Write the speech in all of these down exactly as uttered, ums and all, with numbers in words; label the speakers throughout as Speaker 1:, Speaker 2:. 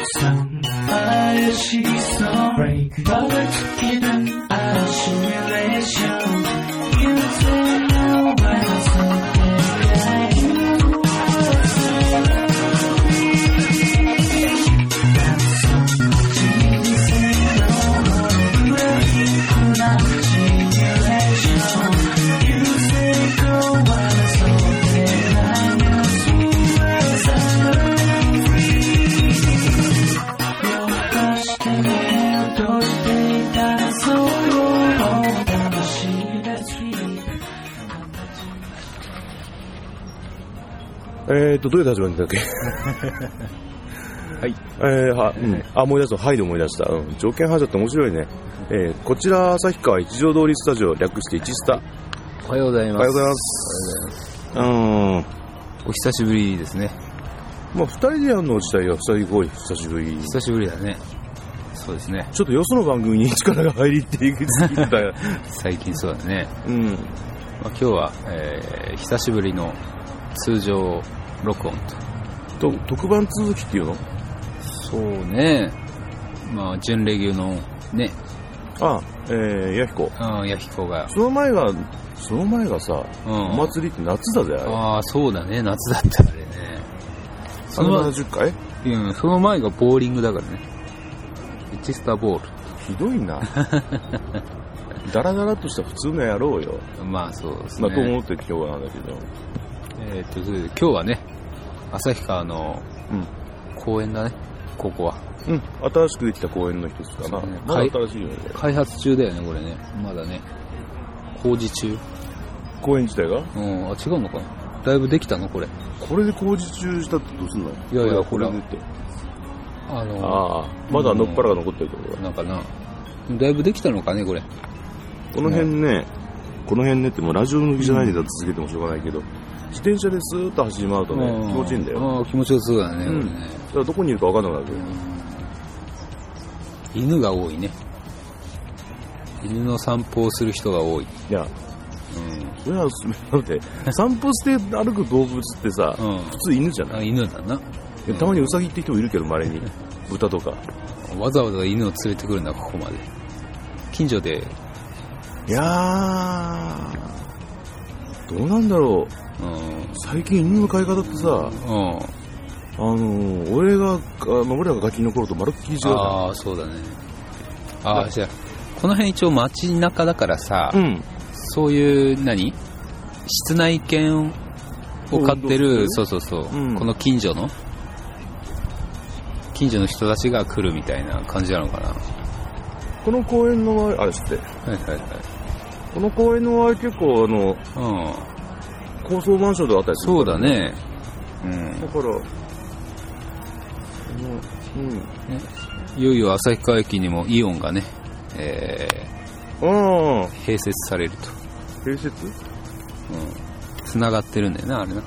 Speaker 1: えーと、どうやって始まるんだっけはい。えー、は、うん。あ、思い出した。はいで思い出した。うん。条件反射って面白いね。えー、こちら、旭川一条通りスタジオ、略して一スタ。
Speaker 2: おはようございます。
Speaker 1: おはようございます。うん。
Speaker 2: お久しぶりですね。
Speaker 1: まあ、二人でやるの自体はすごい久しぶり。
Speaker 2: 久しぶりだね。そうですね。
Speaker 1: ちょっとよその番組に力が入りっていくつきだ
Speaker 2: 最近そうだね。
Speaker 1: うん。
Speaker 2: まあ、今日は、えー、久しぶりの通常録音
Speaker 1: と。と特番続きっていうの？
Speaker 2: そうね。まあ準レギュのね。
Speaker 1: ああ、えー、ヤヒコ。
Speaker 2: ああ、ヤヒコが。
Speaker 1: その前がその前がさ、うん、お祭りって夏だぜあれ。
Speaker 2: ああ、そうだね、夏だったあれね。
Speaker 1: そのななじゅっかい？
Speaker 2: うん、その前がボーリングだからね。エチスタボール。
Speaker 1: ひどいな。ダラダラとした普通のやろうよ。
Speaker 2: まあそうですね。
Speaker 1: まあと思って今日はなんだけど。
Speaker 2: えー、っと今日はね、旭川の公園だね、ここは。
Speaker 1: うん、新しくできた公園の一つかな。ね、まだ新しいよね。
Speaker 2: 開発中だよね、これね。まだね。工事中。
Speaker 1: 公園自体が？
Speaker 2: うん、あ、違うのかな。だいぶできたのこれ。
Speaker 1: これで工事中したってどうすんの？
Speaker 2: いやいや、
Speaker 1: これ塗って。
Speaker 2: あのー、
Speaker 1: ああ、まだのっぱらが残ってるところだ。
Speaker 2: なんかな。だいぶできたのかね、これ。
Speaker 1: この辺ね、この辺ねってもうラジオ向きじゃないで続けてもしょうがないけど、自転車でスーッと走り回るとね、気持ちいいんだよ。
Speaker 2: ああ、気持ちよさそうだね、
Speaker 1: うん、
Speaker 2: これね。
Speaker 1: だからどこにいるか分かんなくなるけど。
Speaker 2: 犬が多いね。犬の散歩をする人が多い。
Speaker 1: いや、うん。それは、だって散歩して歩く動物ってさ、うん、普通犬じゃない？
Speaker 2: あ、犬だな。
Speaker 1: たまにウサギって人もいるけど、稀に豚とか。
Speaker 2: わざわざ犬を連れてくるんだ、ここまで。近所で。
Speaker 1: いやー、どうなんだろう。うん、最近犬の飼い方ってさ、うん、あのー、俺が、俺らがガキの頃とまるっきり違うじゃん。
Speaker 2: ああ、そうだね。ああ、じゃあ、この辺一応街中だからさ、うん、そういう、何？室内犬を飼ってる、そうそうそう、うん、この近所の近所の人たちが来るみたいな感じなのかな。
Speaker 1: この公園の周り、あれ知って。はいはいはい。この公園の周り結構あの、うん、高層マンションであったりする、
Speaker 2: そうだね。うん。
Speaker 1: だから、
Speaker 2: うん。ね、いよいよ旭川駅にもイオンがね、えー、あ併設されると。
Speaker 1: 併設？うん。
Speaker 2: 繋がってるんだよな、あれな。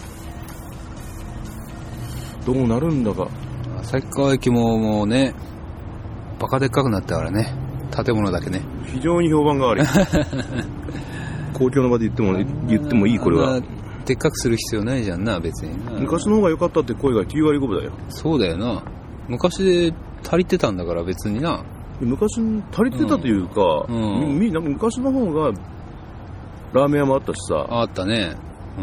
Speaker 1: どうなるんだか。
Speaker 2: 旭川駅ももうね、バカでっかくなったからね、建物だけね。
Speaker 1: 非常に評判が悪い。公共の場で言っても言ってもいいこれは。
Speaker 2: でっかくする必要ないじゃんな、別にな。
Speaker 1: 昔の方が良かったって声がきゅうわりごぶだよ。
Speaker 2: そうだよな。昔で足りてたんだから別にな。
Speaker 1: 昔足りてたというか、うんうん、み昔の方がラーメン屋もあったしさ。
Speaker 2: あったね。うん、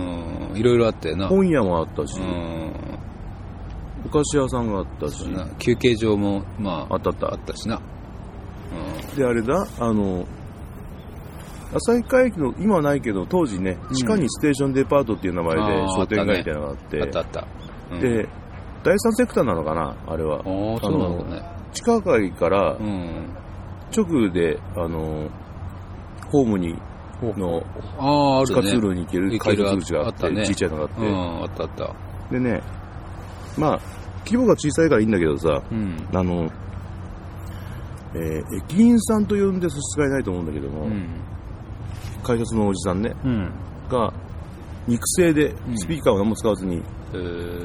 Speaker 2: いろいろあったよな。
Speaker 1: 本屋もあったし。うん、お菓子屋さんがあったし、
Speaker 2: 休憩所もまあ
Speaker 1: あったあった
Speaker 2: あったしな。
Speaker 1: うん、であれだ、あの旭川駅の今はないけど当時ね、地下にステーションデパートっていう名前で商店街みたいなのがあって、
Speaker 2: あったあった、
Speaker 1: うん、でだいさんセクターなのかなあれは。あ
Speaker 2: そうなのね。
Speaker 1: 地下街から直であのホームにの地下通路に行ける改札口があって、ちっちゃいのがあって、うん、
Speaker 2: あったあった。
Speaker 1: でね、まあ規模が小さいからいいんだけどさ、うん、あの、えー、駅員さんと呼んで差し支えないと思うんだけども、うん、改札のおじさんね、うん、が肉声でスピーカーを何も使わずに、うん、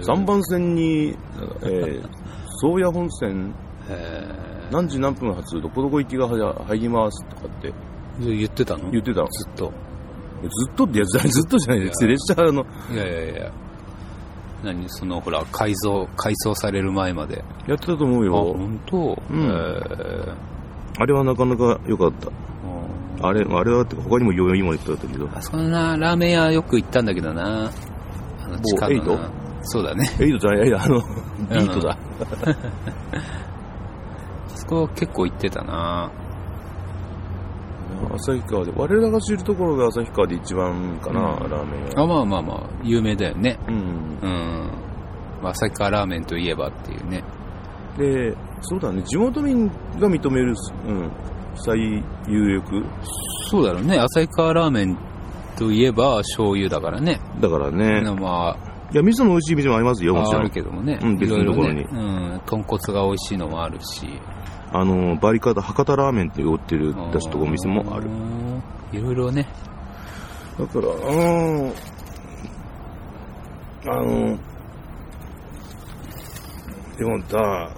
Speaker 1: さんばん線に、えー、宗谷本線何時何分発どこどこ行きが入りますとかって
Speaker 2: 言ってたの？
Speaker 1: 言ってたの。
Speaker 2: ずっと
Speaker 1: ずっとってやつずっとじゃないです。列車の
Speaker 2: いやいやいや何そのほら改造改装される前まで
Speaker 1: やってたと思うよ。
Speaker 2: あ、本当。うん、えー、
Speaker 1: あれはなかなか良かった。あれあれはって他にもよいも行ったけど。
Speaker 2: あそんなラーメン屋よく行ったんだけどな。あの地下のな。エイト？そうだね。
Speaker 1: エイトじゃない、あのビートだ。
Speaker 2: そこ結構行ってたな。
Speaker 1: 旭川で、我らが知るところが旭川で一番かな、うん、ラーメン屋。
Speaker 2: あ、まあまあまあ有名だよね。
Speaker 1: うん、
Speaker 2: うん、まあ、旭川ラーメンといえばっていうね。
Speaker 1: で、そうだね、地元民が認める、うん、最有力。
Speaker 2: そうだろうね、旭川ラーメンといえば醤油だからね。
Speaker 1: だからね、
Speaker 2: まあ、
Speaker 1: いや味噌の美味しい店もありますよ、もちろん。
Speaker 2: あるけどもね、
Speaker 1: うん、別のところに、
Speaker 2: いろいろね、うん、豚骨が美味しいのもあるし、
Speaker 1: あのバリカタ博多ラーメンって売ってる出しとこお店もある。
Speaker 2: いろいろね。
Speaker 1: だからあのあのでもさ、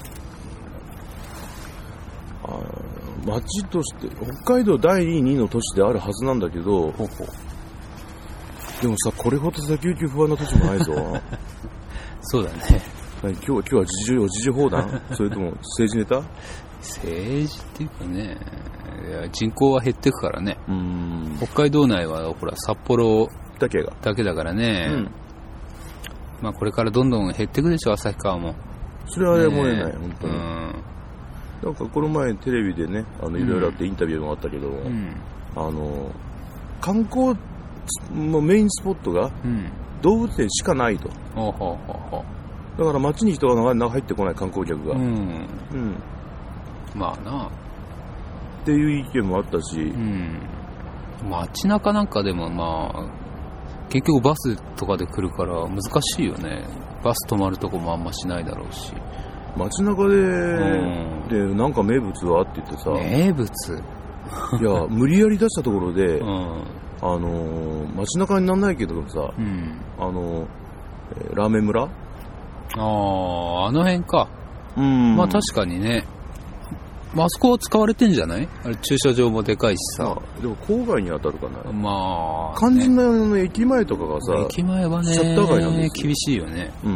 Speaker 1: あ町として北海道だいにいの都市であるはずなんだけど、ほほでもさ、これほど先行き不安な都市もないぞ。
Speaker 2: そうだね。
Speaker 1: 今日は今日は時事時事放談それとも政治ネタ？
Speaker 2: 政治っていうかね、いや人口は減ってくからね。
Speaker 1: うーん、
Speaker 2: 北海道内はほら札幌
Speaker 1: だけが
Speaker 2: だけだからね、うん、まあこれからどんどん減ってくでしょ、旭川も。
Speaker 1: それはやむを得ない、ね、本当に、
Speaker 2: うん、
Speaker 1: なんかこの前テレビでね、あのいろいろあってインタビューもあったけど、うん、あの観光のメインスポットが動物園しかないと、
Speaker 2: うん、ほうほうほうほう。
Speaker 1: だから街に人がなかなか入ってこない、観光客が、
Speaker 2: うん
Speaker 1: うん、
Speaker 2: まあな
Speaker 1: っていう意見もあったし、う
Speaker 2: ん、街中なんかでもまあ結局バスとかで来るから難しいよね。バス止まるとこもあんましないだろうし、
Speaker 1: 街中で、うん、でなんか名物はって言ってさ、
Speaker 2: 名物
Speaker 1: いや無理やり出したところで、うん、あの街中になんないけどさ、うん、あのラーメン村、
Speaker 2: ああ、あの辺か。
Speaker 1: うん。
Speaker 2: まあ確かにね。まあ、あそこは使われてんじゃない？あれ駐車場もでかいしさ。ま
Speaker 1: あ、でも郊外に当たるかな。
Speaker 2: まあ、
Speaker 1: 肝心なの駅前とかがさ、
Speaker 2: 駅前はね、
Speaker 1: シャッター街なんですよ。
Speaker 2: 厳しいよね。
Speaker 1: うん。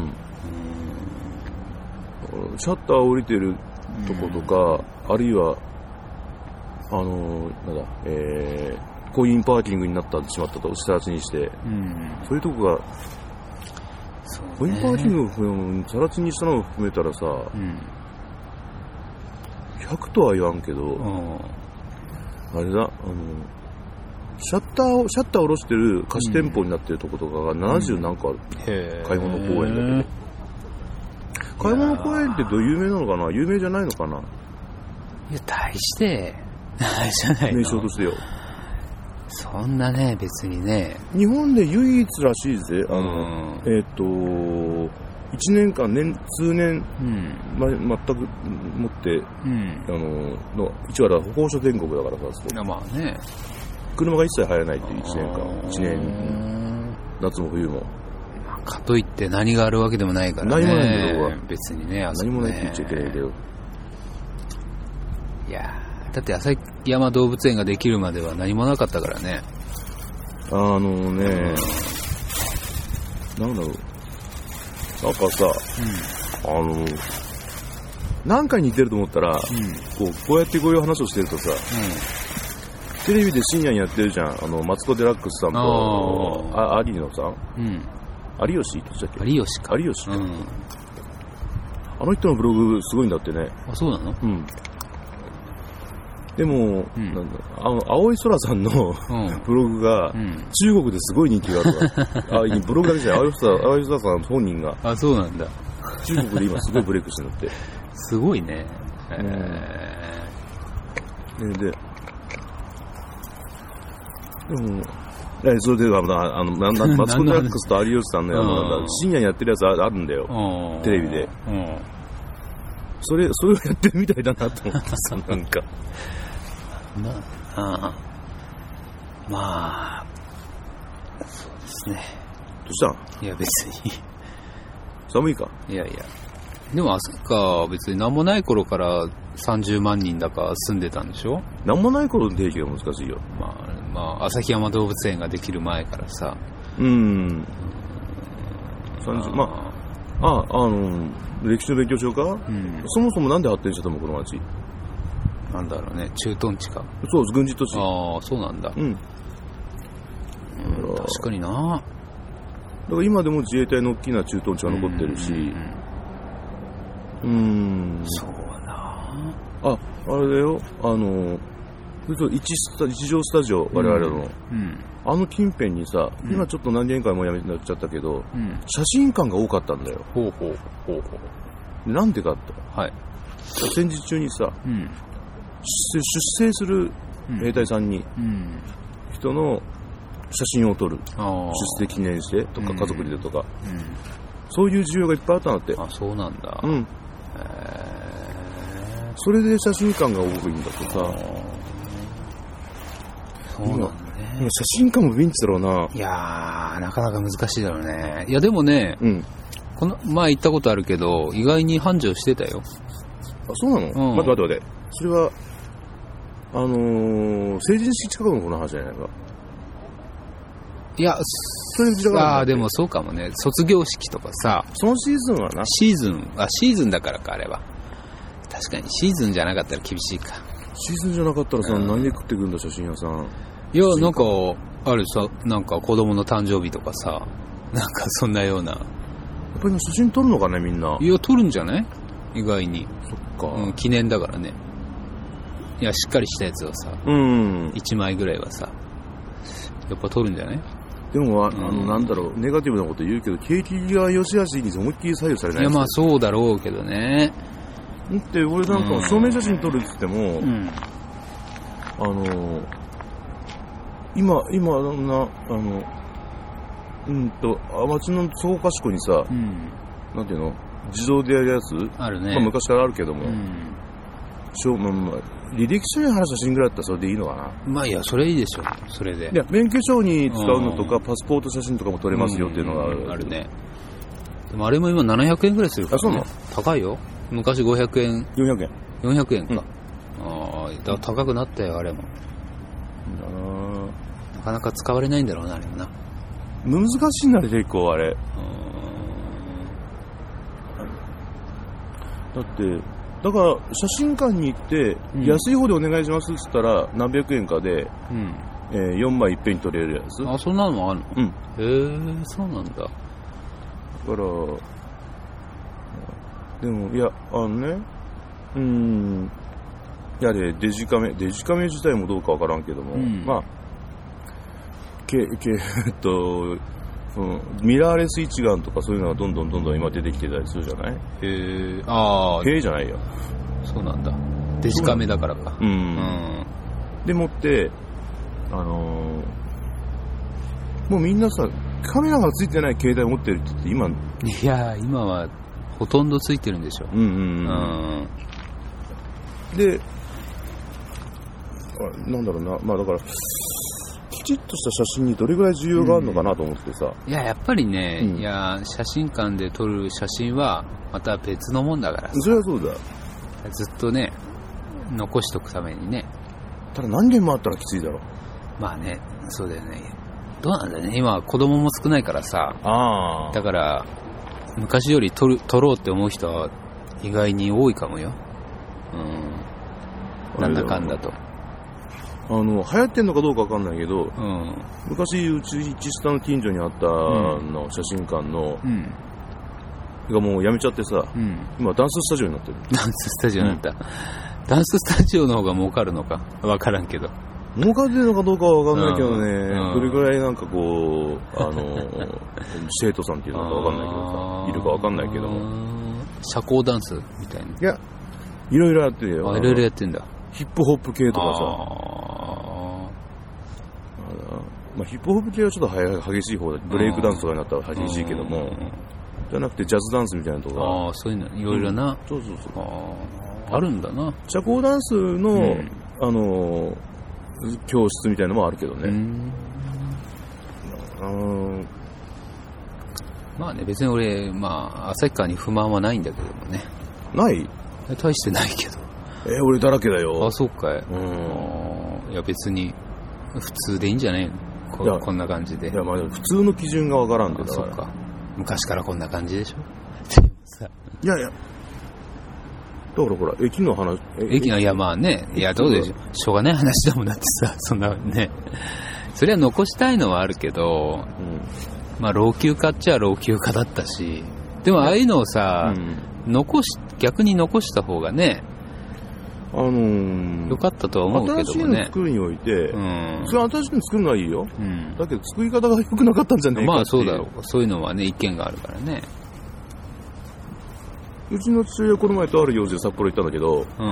Speaker 1: うん、シャッター降りてるとことか、うん、あるいはあのなんだ、えー、コインパーキングになってしまったと下地にして、うん、そういうとこが。コインパーキングをさら地にしたのを含めたらさ、うん、ひゃくとは言わんけど、うん、あれだ、あのシャッターをシャッターを下ろしてる貸し店舗になってるとことかがななじゅう何個ある、うん、買い物公園だけど。買い物公園ってどう有名なのかな、有名じゃないのかな。
Speaker 2: いや大してあれじゃないの、
Speaker 1: 名称としてよ。
Speaker 2: そんなね、別にね。
Speaker 1: 日本で唯一らしいぜ。あの、うん、えっ、ー、と、いちねんかん、年、数年、うん、ま、全くもって、うん、あの、の、一応は歩行者天国だからさ、そう。
Speaker 2: まあね。
Speaker 1: 車が一切入らないっていういちねんかん、いちねん、夏も冬も。
Speaker 2: かといって何があるわけでもないからね。
Speaker 1: 何もないんだろうが。
Speaker 2: 別にね、あそ
Speaker 1: こね。何もないって言っちゃいけないけど。
Speaker 2: いやだって旭山動物園ができるまでは何もなかったからね。
Speaker 1: あのね、うん、なんだろう、なんかさ、うん、あの何回似てると思ったら、うん、こうこうやってこういう話をしてるとさ、うん、テレビで深夜にやってるじゃん、あのマツコ・デラックスさんとあ有野さん、うん、有吉どっちだっけ、
Speaker 2: 有吉か
Speaker 1: 有吉か、うん、あの人のブログすごいんだってね。
Speaker 2: あ、そうなの？
Speaker 1: うん。でも、うん、なんだあの青い空さんの、うん、ブログが、うん、中国ですごい人気があるわ。あ、ブログだけじゃない、青い空、青い空さん本人が。
Speaker 2: あ、そうなんだ。
Speaker 1: 中国で今すごいブレイクしてるって。
Speaker 2: すごいね。へ
Speaker 1: ー。で、で、でも、えそれで、あの、あのなんだマツコ・デラックスと有吉さんの、あの深夜にやってるやつあるんだよ。テレビで。それ、それをやってるみたいだなと思ってさ、なんか。
Speaker 2: まあ、あまあ、そうですね。
Speaker 1: どうしたん？
Speaker 2: いや別に。
Speaker 1: 寒いか？
Speaker 2: いやいや。でも旭川は別に何もない頃からさんじゅうまんにんだか住んでたんでしょ？
Speaker 1: 何もない頃の定義が難しいよ。
Speaker 2: まあ、まあ、旭山動物園ができる前からさ。
Speaker 1: うん。 さんじゅう、まあ、あ、あの、歴史の勉強しようか、うん、そもそもなんで発展したと思う、この町。
Speaker 2: なんだろうね、駐屯地か。
Speaker 1: そう、軍事都市。
Speaker 2: ああ、そうなんだ。うん。うん、確かにな。だ
Speaker 1: から今でも自衛隊の大きな駐屯地が残ってるし、うん。うん、
Speaker 2: そうだな。
Speaker 1: あ、あれだよ、あの、一スタ一条スタジオ、我々の、うんうん、あの近辺にさ、うん、今ちょっと何年間もやめになっちゃったけど、うん、写真館が多かったんだよ。
Speaker 2: ほうほうほうほ
Speaker 1: う。なんでかって、はい、戦時中にさ、うん、出征する兵隊さんに、うん、人の写真を撮る、出征記念してとか、うん、家族でとか、うん、そういう需要がいっぱいあったんだって。
Speaker 2: あ、そうなんだ。
Speaker 1: うん。へそれで写真館が多いんだとさ。
Speaker 2: そうなんだね。
Speaker 1: 写真館もベンチだろうな。
Speaker 2: いやー、なかなか難しいだろうね。いや、でもね、うん、この前行ったことあるけど、意外に繁盛してたよ。
Speaker 1: あ、そうなの、うん、待って待って待って。それは、あのー、成人式近くのこの話じゃないか。
Speaker 2: いや、それじゃあ、でもそうかもね。卒業式とかさ。
Speaker 1: そのシーズンはな。
Speaker 2: シーズン、あ、シーズンだからか、あれは。確かに、シーズンじゃなかったら厳しいか。
Speaker 1: シーズンじゃなかったらさ、うん、何で食ってくるんだ、写真屋さん。
Speaker 2: いや、なんか、あるさ、なんか子供の誕生日とかさ、なんかそんなような。やっ
Speaker 1: ぱり写真撮るのかね、みんな。
Speaker 2: いや、撮るんじゃない？意外に。
Speaker 1: そっか。
Speaker 2: うん、記念だからね。いや、しっかりしたやつをさ、うん。いちまいぐらいはさ、やっぱ撮るんじゃない？
Speaker 1: でも、あの、うん、なんだろう、ネガティブなこと言うけど、景気が良し悪しに思いっきり左右されない。
Speaker 2: いや、まあそうだろうけどね。
Speaker 1: だって、俺なんか、証明写真撮るって言っても、うん、あの、今、今、な、あの、うんと、町のそこかしこにさ、うん、なんていうの、自動でやるやつ
Speaker 2: あるね。
Speaker 1: まあ、昔からあるけども、うん、しょまあまあ、履歴書に貼る写真ぐらいだったらそれでいいのかな。
Speaker 2: まあいや、それいいでしょ、それで。
Speaker 1: いや、免許証に使うのとか、パスポート写真とかも撮れますよっていうのがある。
Speaker 2: うん、あるね。でもあれも今ななひゃくえんぐらいするからね。あ、そうなの？高いよ。昔ごひゃくえん。
Speaker 1: よんひゃくえん。
Speaker 2: よんひゃくえんか。うん、ああ、だから高くなったよ、あれも。なかなか使われないんだろうな、あれもな。
Speaker 1: 難しいんだね、結構あれ。だって、だから写真館に行って、うん、安い方でお願いしますって言ったら何百円かで、うんえー、よんまいいっぺんに撮れるやつ。
Speaker 2: あ、そんなのもあるの？うん。へえ、そうなんだ。だから、
Speaker 1: でも、いや、あのね、うーん、いやで、デジカメ、デジカメ自体もどうかわからんけども、うん、まあ、け、け、えっと、うん、ミラーレス一眼とかそういうのがどんどんどんどん今出てきてたりするじゃない？へ
Speaker 2: え、ああ。
Speaker 1: へえじゃないよ。
Speaker 2: そうなんだ。デジカメだからか。うん。うん、
Speaker 1: でもって、あのー、もうみんなさ、カメラがついてない携帯持ってるって言って今。
Speaker 2: いや、今はほとんどついてるんでしょ。うんうんうん。
Speaker 1: うん、で、なんだろうな、まあだから、きちっとした写真にどれぐらい需要があるのかなと思ってさ、
Speaker 2: うん、いややっぱりね、うん、いや写真館で撮る写真はまた別のもんだからさ。
Speaker 1: それはそうだ。
Speaker 2: ずっとね残しとくためにね。
Speaker 1: ただ何年もあったらきついだろ。
Speaker 2: まあね、そうだよね。どうなんだよね、今子供も少ないからさ。あだから昔より撮る撮ろうって思う人は意外に多いかもよ。うん。なんだかんだと。
Speaker 1: あの流行ってんのかどうかわかんないけど、うん、昔うち一下の近所にあったの、うん、写真館の、うん、がもうやめちゃってさ、うん、今ダンススタジオになってる。
Speaker 2: ダンススタジオになった、うん、ダンススタジオの方が儲かるのかわからんけど。
Speaker 1: 儲かってるのかどうかはわかんないけどね、うん、どれぐらいなんかこうあの生徒さんっていうのかわかんないけどさ、いるかわかんないけども、
Speaker 2: 社交ダンスみたいな。い
Speaker 1: や、いろいろやってるよ。
Speaker 2: あ、いろいろやってんだ。
Speaker 1: ヒップホップ系とかさ。まあ、ヒップホップ系はちょっと激しい方だ。ブレイクダンスとかになったら激しいけども、じゃなくてジャズダンスみたいなとか。
Speaker 2: ああ、そういうのいろいろな、うん、
Speaker 1: そうそうそう。
Speaker 2: あ, あるんだな。
Speaker 1: 社交ダンスの、うん、あの教室みたいなのもあるけどね。うん、
Speaker 2: うんまあね、別に俺、まあ旭川に不満はないんだけどもね。
Speaker 1: ない？
Speaker 2: 大してないけど。
Speaker 1: えー、俺だらけだよ。
Speaker 2: あ、そうかい。うん。いや別に普通でいいんじゃないの？こ, こんな感じで。
Speaker 1: いやまあ普通の基準がわからんでだから。
Speaker 2: そうか。 昔からこんな感じでしょ
Speaker 1: いやいや、だからほら、駅の話、
Speaker 2: 駅の、いやまあね、いやどうでしょう、しょうがない話だもんだってさ、そんなね、それは残したいのはあるけど、うん、まあ老朽化っちゃ老朽化だったし、でもああいうのをさ、うん、残し、逆に残した方がね、
Speaker 1: あのー、
Speaker 2: よかったとは思うけどもね。
Speaker 1: 新しいの作るにおいて、うん、それ新しいの作るのはいいよ、うん、だけど作り方が良くなかったんじゃないかっていう。
Speaker 2: まあそうだろう、そういうのはね、意見があるからね。
Speaker 1: うちの父親この前とある用事で札幌行ったんだけど、うん、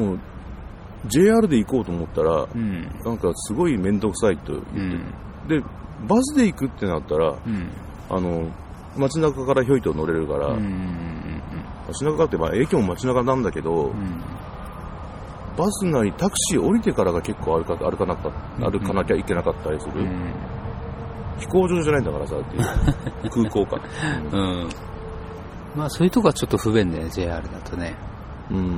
Speaker 1: もう ジェイアール で行こうと思ったら、うん、なんかすごい面倒くさいと言って、うん、でバスで行くってなったら、うん、あの街中からひょいと乗れるから、うん、街中ってまあ駅も街中なんだけど、うん、バスなりタクシー降りてからが結構歩か、歩かなかった、歩かなきゃいけなかったりする、うん、飛行場じゃないんだからさっていう空港か、うんうん、
Speaker 2: まあそういうとこはちょっと不便だよね、 ジェイアール だとね。うん、うん、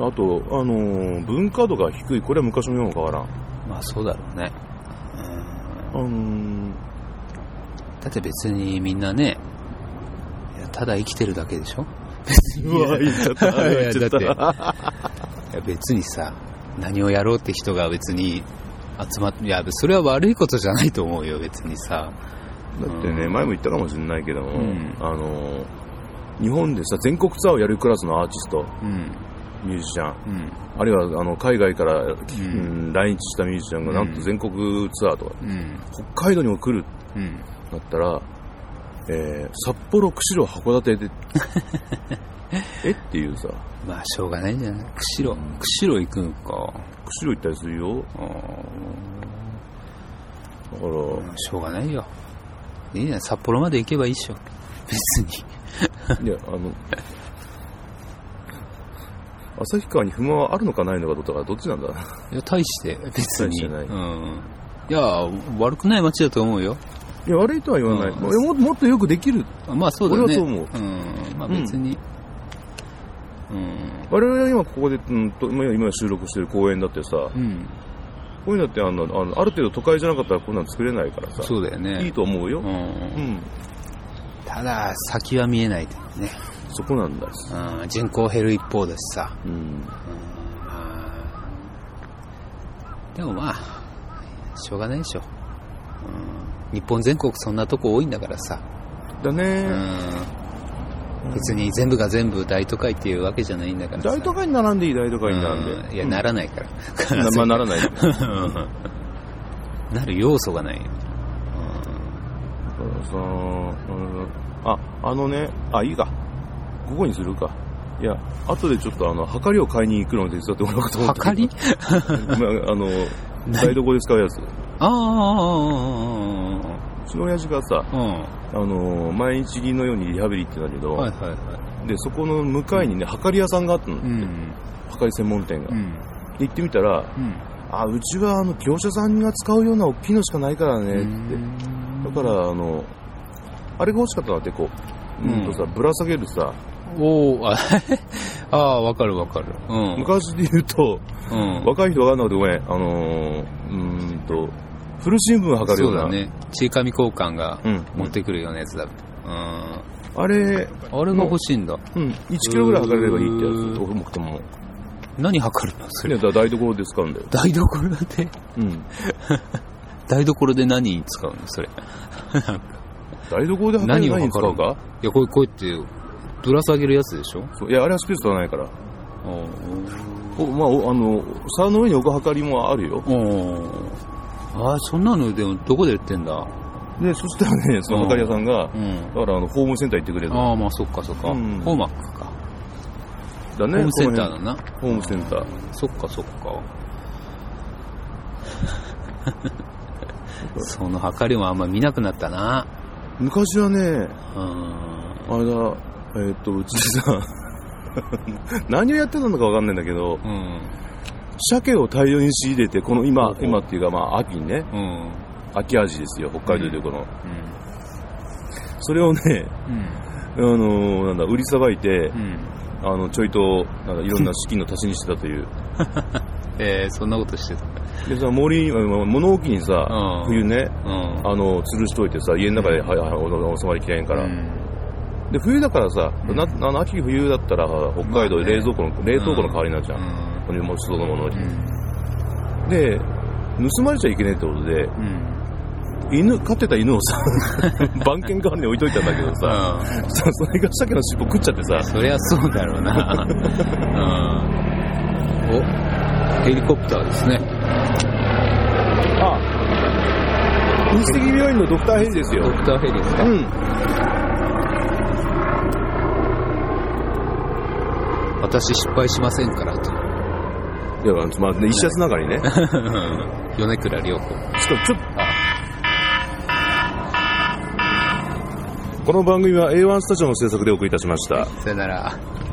Speaker 1: あと、あのー、文化度が低い、これは昔のようも変わらん。
Speaker 2: まあそうだろうね。
Speaker 1: うん、あのー、
Speaker 2: だって別にみんなね、いやただ生きてるだけでしょ。別に。
Speaker 1: うわ、言っちゃった。言っちゃった。
Speaker 2: いや別にさ、何をやろうって人が別に集まって、いやそれは悪いことじゃないと思うよ、別にさ。
Speaker 1: だってね、うん、前も言ったかもしれないけども、うん、あの日本でさ全国ツアーをやるクラスのアーティスト、うん、ミュージシャン、うん、あるいはあの海外から、うん、来日したミュージシャンがなんと全国ツアーとか、うん、北海道にも来る、うん、だったら、えー、札幌、釧路、函館でえっていうさ、
Speaker 2: まあしょうがないんじゃない。釧路、釧路行くんか。
Speaker 1: 釧路行ったりするよ。あだから、
Speaker 2: うん、しょうがないよ。いいね、札幌まで行けばいいっしょ、別
Speaker 1: に。いや、あの、旭川に不満はあるのかないのかとか、どっちなんだ。
Speaker 2: いや、大して別に。大してない。うん。いや、悪くない街だと思うよ。
Speaker 1: いや、悪いとは言わない。うん、も, もっとよくできる。
Speaker 2: まあそうだね。
Speaker 1: 俺はそう思う。
Speaker 2: うん。まあ別に。
Speaker 1: うん。うん、我々は今ここで、うんと、今収録してる公園だってさ、うん、こういうのってあのあのある程度都会じゃなかったらこんなの作れないからさ。
Speaker 2: そうだよね。
Speaker 1: いいと思うよ。うん。うん、
Speaker 2: ただ先は見えないとね。
Speaker 1: そこなんだ。
Speaker 2: うん。人口減る一方だしさ。うん。うん、でもまあしょうがないでしょ。うん。日本全国そんなとこ多いんだからさ。
Speaker 1: だね。
Speaker 2: うん。別に全部が全部大都会っていうわけじゃないんだからさ。
Speaker 1: 大都会に並んでいい、大都会に並んで。
Speaker 2: うん、いや、ならないから。
Speaker 1: うん、まあ、ならない、ね。
Speaker 2: なる要素がないよ。
Speaker 1: うん、だからさ、あ、あのね、あ、いいか。ここにするか。いや、後でちょっとあの、はかりを買いに行くので手伝ってもらおうと思って。
Speaker 2: はかり
Speaker 1: あの、台所で使うやつ。
Speaker 2: ああ、
Speaker 1: うちの親父がさ、うん、あの毎日のようにリハビリ行ってたけど、はいはいはい、でそこの向かいにね、はかり屋さんがあったの、うん、はかり専門店が、うん、で行ってみたら、うん、あうちはあの業者さんが使うような大きいのしかないからねって、だからあのあれが欲しかったのってこう、うんとさ、ぶら下げるさ、
Speaker 2: おー、ああ、わかるわかる、
Speaker 1: うん、昔で言うと、うん、若い人わかんなくてごめん、あのー、うーんと古新聞を測るような、
Speaker 2: そうだね、ちいかみ交換が持ってくるようなやつだ、うんうん、
Speaker 1: あれ
Speaker 2: あれが欲しいんだ、
Speaker 1: うん、いちキロぐらい測れればいいってやつ、重くても。
Speaker 2: 何測るのそれ。
Speaker 1: いや、台所で使うんだよ。
Speaker 2: 台所で、うん、台所で何に使うのそれ。
Speaker 1: 台所で何に使うか。
Speaker 2: いや、こうこうやってぶら下げるやつでしょ。
Speaker 1: そう、いや、あれはスペース取らないから。おまあ、あの皿の上に置くはかりもあるよ。
Speaker 2: ああ、そんなのでもどこで売ってんだ。
Speaker 1: でそしたらね、そのはかり屋さんが、うん、だからあのホームセンター行ってくれる。
Speaker 2: ああ、まあそっかそっか、うん、ホーマックか
Speaker 1: だね。
Speaker 2: ホームセンターだな。
Speaker 1: ホームセンター。
Speaker 2: そっかそっか。そのはかりもあんま見なくなったな。
Speaker 1: 昔はね、うん、あれだ、えー、っとうちさ何をやってたのかわかんないんだけど、うん、鮭を大量に仕入れて、この今、うん、今っていうかまあ秋にね、うん、秋味ですよ、北海道でいうこの、うん、それをね、うん、あのなんだ売りさばいて、うん、あのちょいとなんかいろんな資金の足しにしてたという。
Speaker 2: えー、そんなことしてた。
Speaker 1: でさ、森、物置にさ、うん、冬ね、うん、あの、吊るしといてさ、家の中で、はいはい、収まりきれんから。うん、で、冬だからさ、うん、なあの秋冬だったら、北海道で冷蔵庫の、まあね、冷凍庫の代わりになるじゃん。これも外のものに、うん。で、盗まれちゃいけないってことで、うん、犬、飼ってた犬をさ、番犬代わりに置いといたんだけどさ、うん、それが鮭の尻尾食っちゃってさ。
Speaker 2: そりゃそうだろうな。うん、おヘリコプターですね。
Speaker 1: ああ、日赤病院のドクターヘリですよ。
Speaker 2: ドクターヘリですか。うん。私失敗しませんからと。
Speaker 1: いや、まあ、ね、一社つながりね。
Speaker 2: 米倉涼子。
Speaker 1: ちょっと、ちょっと。この番組は エーワン スタジオの制作でお送りいたしました。
Speaker 2: さよなら。